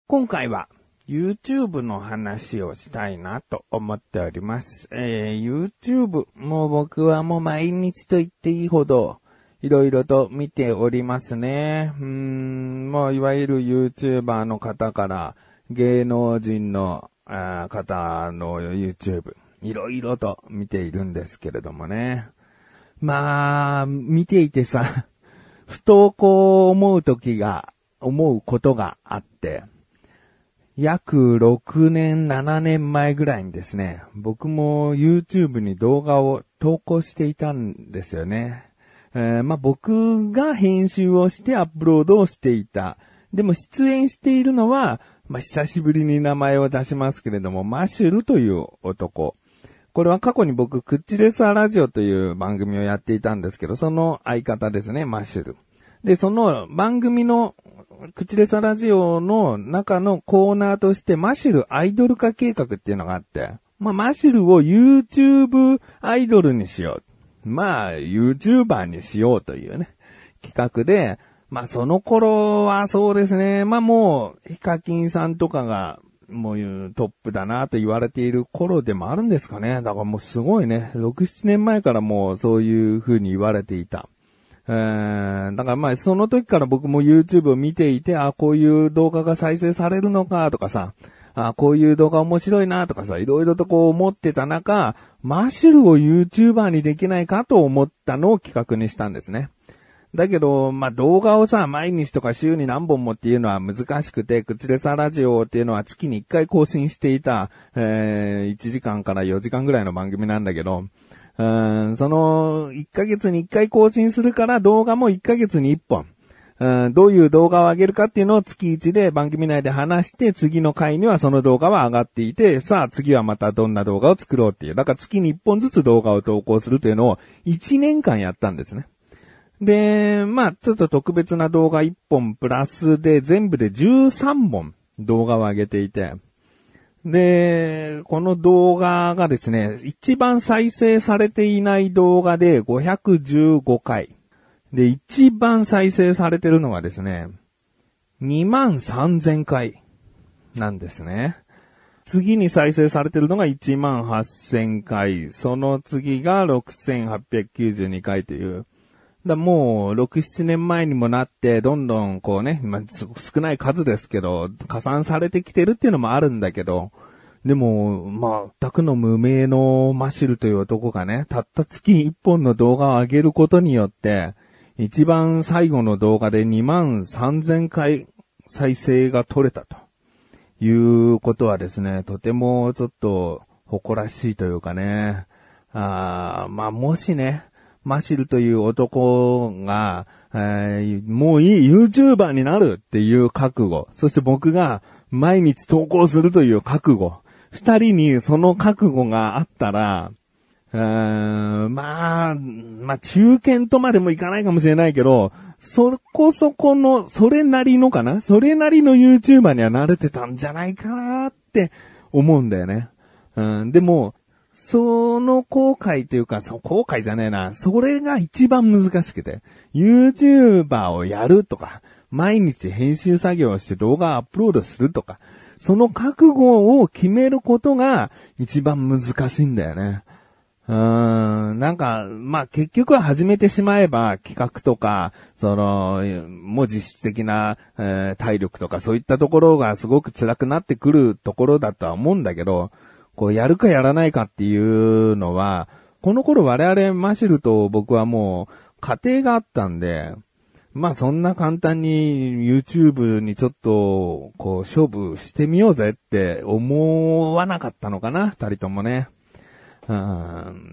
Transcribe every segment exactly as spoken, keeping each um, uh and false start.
今回は YouTube の話をしたいなと思っております。えー、YouTube、もう僕はもう毎日と言っていいほどいろいろと見ておりますね。うーん、もういわゆる YouTuber の方から芸能人のあ方の YouTube、いろいろと見ているんですけれどもね。まあ、見ていてさ、ふとこう思う時が、思うことがあって、約ろくねん、ななねんまえぐらいにですね、僕も YouTube に動画を投稿していたんですよね。えー、まあ僕が編集をしてアップロードをしていた。でも出演しているのは、まあ久しぶりに名前を出しますけれども、マシュルという男。これは過去に僕、クッチレサーラジオという番組をやっていたんですけど、その相方ですね、マシュル。で、その番組のクチレサラジオの中のコーナーとしてマシュルアイドル化計画っていうのがあって、まあマシュルを YouTube アイドルにしよう。まあ YouTuber にしようというね、企画で、まあその頃はそうですね、まあもうヒカキンさんとかがもうトップだなと言われている頃でもあるんですかね。だからもうすごいね、ろく、ななねんまえからもうそういう風に言われていた。えー、だからまあその時から僕も YouTube を見ていて、あ、こういう動画が再生されるのかとかさ、あ、こういう動画面白いなとかさ、いろいろとこう思ってた中、マシュルを YouTuber にできないかと思ったのを企画にしたんですね。だけど、まあ、動画をさ、毎日とか週に何本もっていうのは難しくて、クツレサラジオっていうのは月にいっかい更新していた、えー、いちじかんからよじかんぐらいの番組なんだけど、うーん、その、いっかげつにいっかい更新するから動画もいっかげつにいっぽん。うん、どういう動画を上げるかっていうのを月いちで番組内で話して、次の回にはその動画は上がっていて、さあ次はまたどんな動画を作ろうっていう。だから月にいっぽんずつ動画を投稿するというのをいちねんかんやったんですね。で、まあちょっと特別な動画いっぽんプラスで全部でじゅうさんぼん動画を上げていて、で、この動画がですね、一番再生されていない動画でごひゃくじゅうごかい。で、一番再生されてるのがですね、にまんさんぜんかいなんですね。次に再生されてるのがいちまんはっせんかい。その次がろくせんはっぴゃくきゅうじゅうにかいという。だもう、ろく、ななねんまえにもなって、どんどんこうね、まあ、少ない数ですけど、加算されてきてるっていうのもあるんだけど、でも、まあ、全くの無名のマシュルという男がね、たった月いっぽんの動画を上げることによって、一番最後の動画でにまんさんぜんかい再生が取れたということはですね、とてもちょっと誇らしいというかね、あまあもしね、マシルという男が、えー、もういい YouTuber になるっていう覚悟、そして僕が毎日投稿するという覚悟、二人にその覚悟があったら、うーんまあ、まあ中堅とまでもいかないかもしれないけど、そこそこの、それなりのかなそれなりの YouTuber には慣れてたんじゃないかなって思うんだよね。うん、でも、その後悔というか、そう、後悔じゃねえな。それが一番難しくて。YouTuber をやるとか、毎日編集作業をして動画アップロードするとか、その覚悟を決めることが一番難しいんだよね。うーん、なんか、まあ、結局は始めてしまえば企画とか、その、もう実質的な、えー、体力とかそういったところがすごく辛くなってくるところだとは思うんだけど、こうやるかやらないかっていうのは、この頃我々マシルと僕はもう家庭があったんで、まあそんな簡単に YouTube にちょっとこう勝負してみようぜって思わなかったのかな、二人ともね。うん、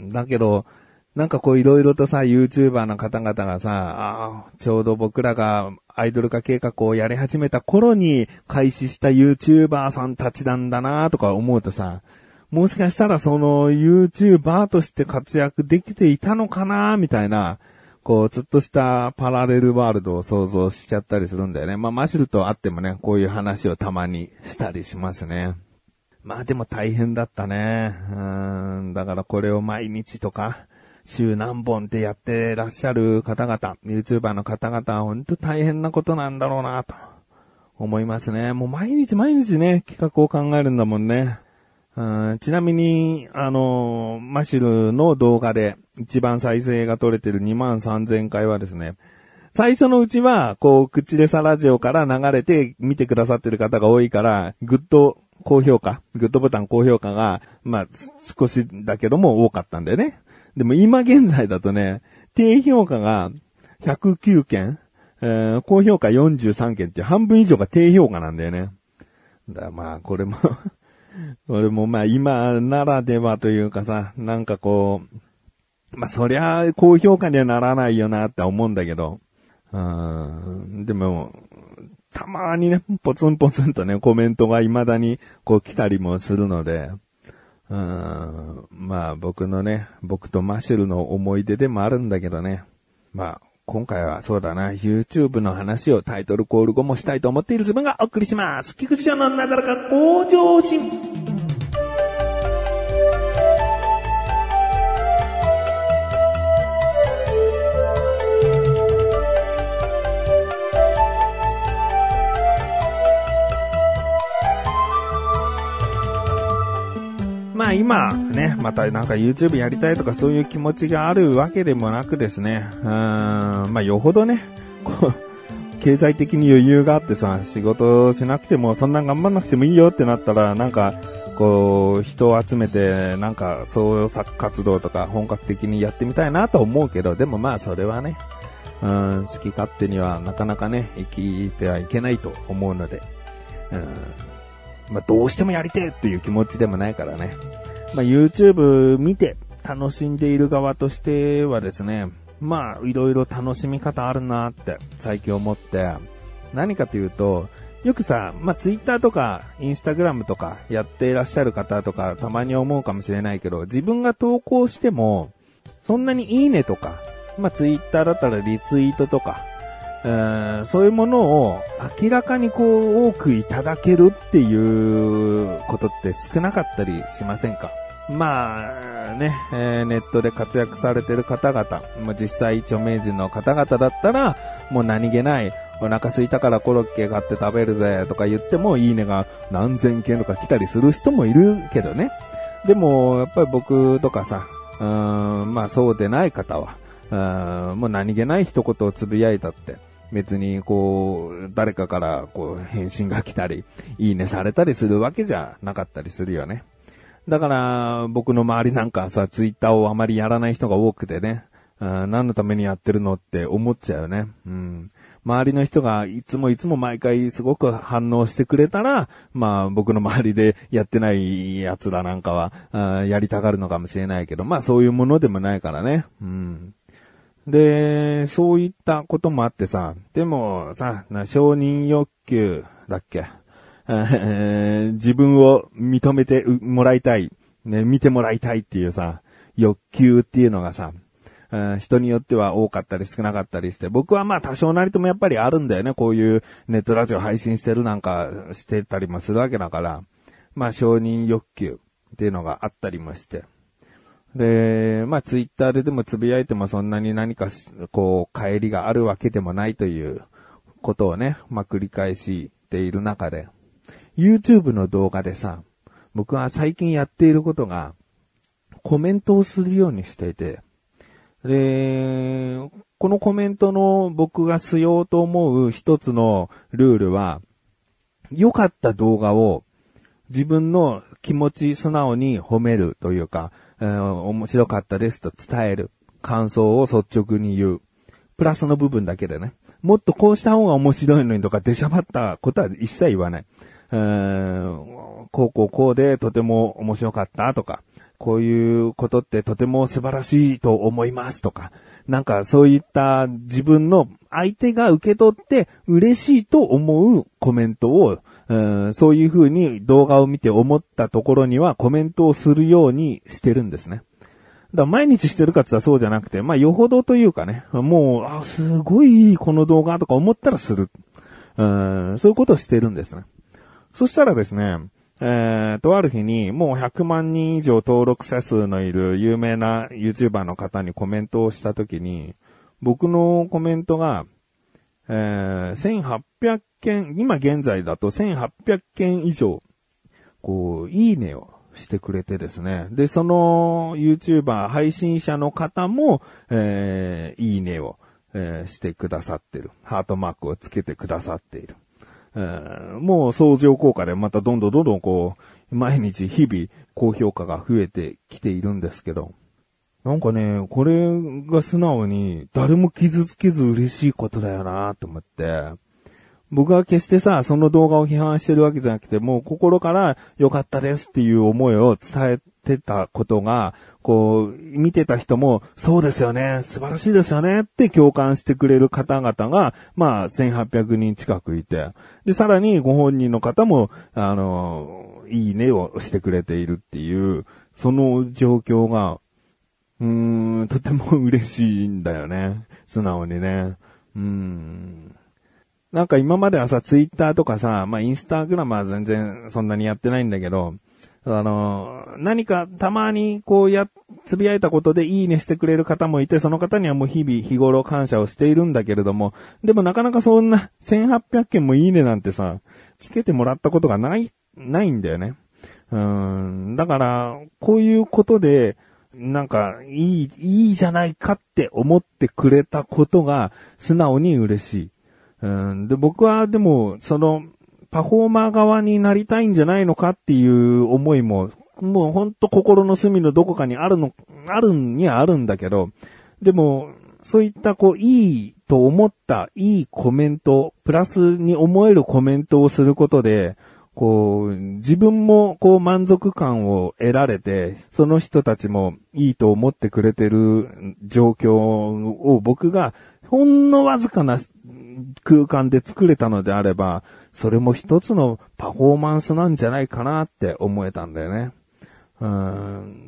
だけど、なんかこういろいろとさ、YouTuber の方々がさ、ああ、ちょうど僕らがアイドル化計画をやり始めた頃に開始した YouTuber さんたちなんだなとか思うとさ、もしかしたらその YouTuber として活躍できていたのかなみたいな、こうちょっとしたパラレルワールドを想像しちゃったりするんだよね。まあマシルと会ってもね、こういう話をたまにしたりしますね。まあでも大変だったね。うーん、だからこれを毎日とか、週何本ってやってらっしゃる方々、YouTuber の方々は本当大変なことなんだろうなと思いますね。もう毎日毎日ね、企画を考えるんだもんね。うん、ちなみに、あの、マシュルの動画で一番再生が取れてるにまんさんぜんかいはですね、最初のうちは、こう、口でさラジオから流れて見てくださってる方が多いから、グッド高評価、グッドボタン高評価が、まあ、少しだけども多かったんだよね。でも今現在だとね、低評価がひゃくきゅうけん、えー、高評価よんじゅうさんけんって半分以上が低評価なんだよね。だからまあ、これも、これもまあ今ならではというかさ、なんかこう、まあそりゃ高評価にはならないよなって思うんだけど、うーん、でも、たまにね、ポツンポツンとね、コメントが未だにこう来たりもするので、うーん、まあ僕のね、僕とマシュルの思い出でもあるんだけどね。まあ今回はそうだな、YouTube の話をタイトルコール後もしたいと思っている自分がお送りします。菊池翔のなだらか向上心。まあ今ね、またなんか YouTube やりたいとかそういう気持ちがあるわけでもなくですね、うーん、まあよほどね、こう、経済的に余裕があってさ、仕事しなくてもそんな頑張んなくてもいいよってなったら、なんか、こう、人を集めて、なんか創作活動とか本格的にやってみたいなと思うけど、でもまあそれはね、うん、好き勝手にはなかなかね、生きてはいけないと思うので、うんまあ、どうしてもやりてえっていう気持ちでもないからね。まあ、YouTube 見て楽しんでいる側としてはですね、まあ、いろいろ楽しみ方あるなって最近思って、何かというと、よくさ、まあ、Twitter とか Instagram とかやっていらっしゃる方とかたまに思うかもしれないけど、自分が投稿しても、そんなにいいねとか、まあ、Twitter だったらリツイートとか、えー、そういうものを明らかにこう多くいただけるっていうことって少なかったりしませんか？まあね、えー、ネットで活躍されてる方々、まあ、実際著名人の方々だったらもう何気ないお腹空いたからコロッケ買って食べるぜとか言ってもいいねが何千件とか来たりする人もいるけどね。でもやっぱり僕とかさ、うーんまあそうでない方は、うーんもう何気ない一言をつぶやいたって別にこう誰かからこう返信が来たりいいねされたりするわけじゃなかったりするよね。だから僕の周りなんかさツイッターをあまりやらない人が多くてね、何のためにやってるのって思っちゃうよね。うん。周りの人がいつもいつも毎回すごく反応してくれたら、まあ僕の周りでやってない奴らなんかはあやりたがるのかもしれないけど、まあそういうものでもないからね。うん。で、そういったこともあってさ、でもさ、承認欲求だっけ、えー、自分を認めてもらいたい、ね、見てもらいたいっていうさ、欲求っていうのがさ、えー、人によっては多かったり少なかったりして、僕はまあ多少なりともやっぱりあるんだよね。こういうネットラジオ配信してるなんかしてたりもするわけだから、まあ承認欲求っていうのがあったりもして。で、まあツイッターででもつぶやいてもそんなに何かこう帰りがあるわけでもないということをね、まあ繰り返している中で、YouTube の動画でさ、僕は最近やっていることがコメントをするようにしていて、で、このコメントの僕がしようと思う一つのルールは、良かった動画を自分の気持ち素直に褒めるというか、えー、面白かったですと伝える。感想を率直に言う。プラスの部分だけでね。もっとこうした方が面白いのにとか出しゃばったことは一切言わない。えー、こうこうこうでとても面白かったとか、こういうことってとても素晴らしいと思いますとか、なんかそういった自分の相手が受け取って嬉しいと思うコメントを、うん、そういう風に動画を見て思ったところにはコメントをするようにしてるんですね。だから毎日してるかって言ったらそうじゃなくて、まあよほどというかね、もう、あ、すごいいいこの動画とか思ったらする。うん、そういうことをしてるんですね。そしたらですね、えー、とある日にもうひゃくまんにん以上登録者数のいる有名な YouTuber の方にコメントをしたときに、僕のコメントが、 えー、せんはっぴゃくけん、今現在だとせんはっぴゃくけん以上、こう、いいねをしてくれてですね。で、その YouTuber 配信者の方も、えー、いいねを、えー、してくださってる。ハートマークをつけてくださっている。えー、もう相乗効果でまたどんどんどんどんこう、毎日日々高評価が増えてきているんですけど、なんかね、これが素直に誰も傷つけず嬉しいことだよなと思って、僕は決してさ、その動画を批判してるわけじゃなくて、もう心から良かったですっていう思いを伝えてたことが、こう、見てた人も、そうですよね、素晴らしいですよねって共感してくれる方々が、まあ、せんはっぴゃくにん近くいて、で、さらにご本人の方も、あの、いいねをしてくれているっていう、その状況が、うーん、とても嬉しいんだよね。素直にね。うーん。なんか今まではさ、ツイッターとかさ、まあインスタグラムは全然そんなにやってないんだけど、あの、何かたまにこうや、つぶやいたことでいいねしてくれる方もいて、その方にはもう日々日頃感謝をしているんだけれども、でもなかなかそんなせんはっぴゃくけんもいいねなんてさ、つけてもらったことがない、ないんだよね。うーん。だから、こういうことで、なんか、いい、いいじゃないかって思ってくれたことが素直に嬉しい。うん、で、僕はでも、その、パフォーマー側になりたいんじゃないのかっていう思いも、もうほんと心の隅のどこかにあるの、あるにはあるんだけど、でも、そういったこう、いいと思ったいいコメント、プラスに思えるコメントをすることで、こう、自分もこう満足感を得られて、その人たちもいいと思ってくれてる状況を僕がほんのわずかな空間で作れたのであれば、それも一つのパフォーマンスなんじゃないかなって思えたんだよね。うん、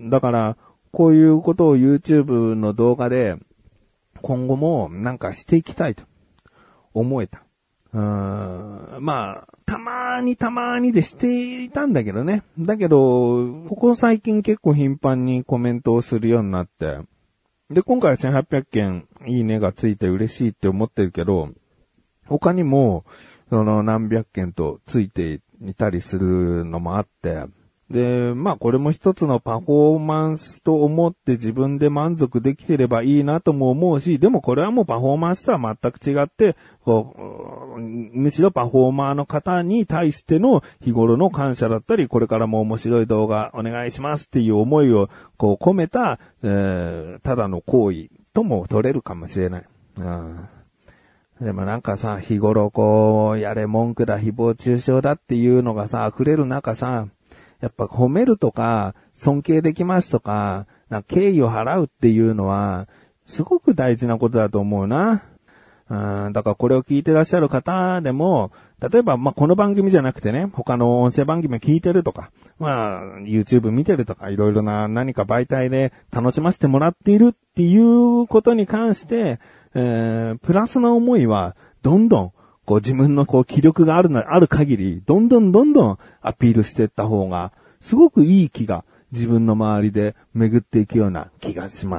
だから、こういうことを YouTube の動画で今後もなんかしていきたいと思えた。うーん、まあ、たまーにたまーにでしていたんだけどね。だけど、ここ最近結構頻繁にコメントをするようになって。で、今回はせんはっぴゃくけんいいねがついて嬉しいって思ってるけど、他にも、その何百件とついていたりするのもあって、で、まあこれも一つのパフォーマンスと思って自分で満足できてればいいなとも思うし、でもこれはもうパフォーマンスとは全く違って、こう、むしろパフォーマーの方に対しての日頃の感謝だったり、これからも面白い動画お願いしますっていう思いをこう込めた、えー、ただの行為とも取れるかもしれない。うんでもなんかさ、日頃こう、やれ文句だ、誹謗中傷だっていうのがさ、溢れる中さ、やっぱ褒めるとか、尊敬できますとか、なんか敬意を払うっていうのは、すごく大事なことだと思うな。うん、だからこれを聞いてらっしゃる方でも、例えばまあこの番組じゃなくてね、他の音声番組を聞いてるとか、まあ YouTube 見てるとか、いろいろな何か媒体で楽しませてもらっているっていうことに関して、えー、プラスな思いは、どんどん、こう自分のこう気力があるな、ある限り、どんどんどんどんアピールしていった方が、すごくいい気が自分の周りで巡っていくような気がします。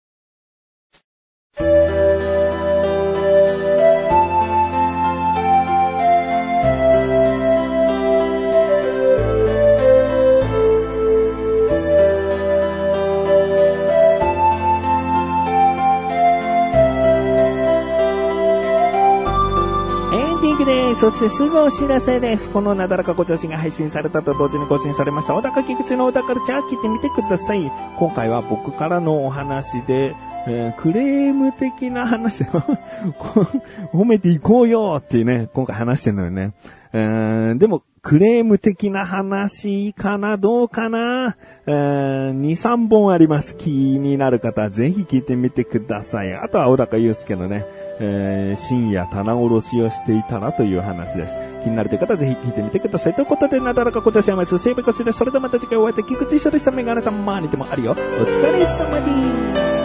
そしてすぐお知らせです。このなだらかご調子が配信されたと同時に更新されました小高菊池の小高カルチャー聞いてみてください。今回は僕からのお話で、えー、クレーム的な話を褒めていこうよっていうね、今回話してるのよね。えー、でもクレーム的な話かなどうかな、えー、に、さんぼんあります。気になる方はぜひ聞いてみてください。あとは小高祐介のね、えー、深夜棚卸しをしていたらという話です。気になるという方はぜひ聞いてみてください。ということで、なだらかご調子はまず、セーブコスです。それではまた次回お会いできくちしとりさめがあなたもまーにでもあるよ。お疲れ様です。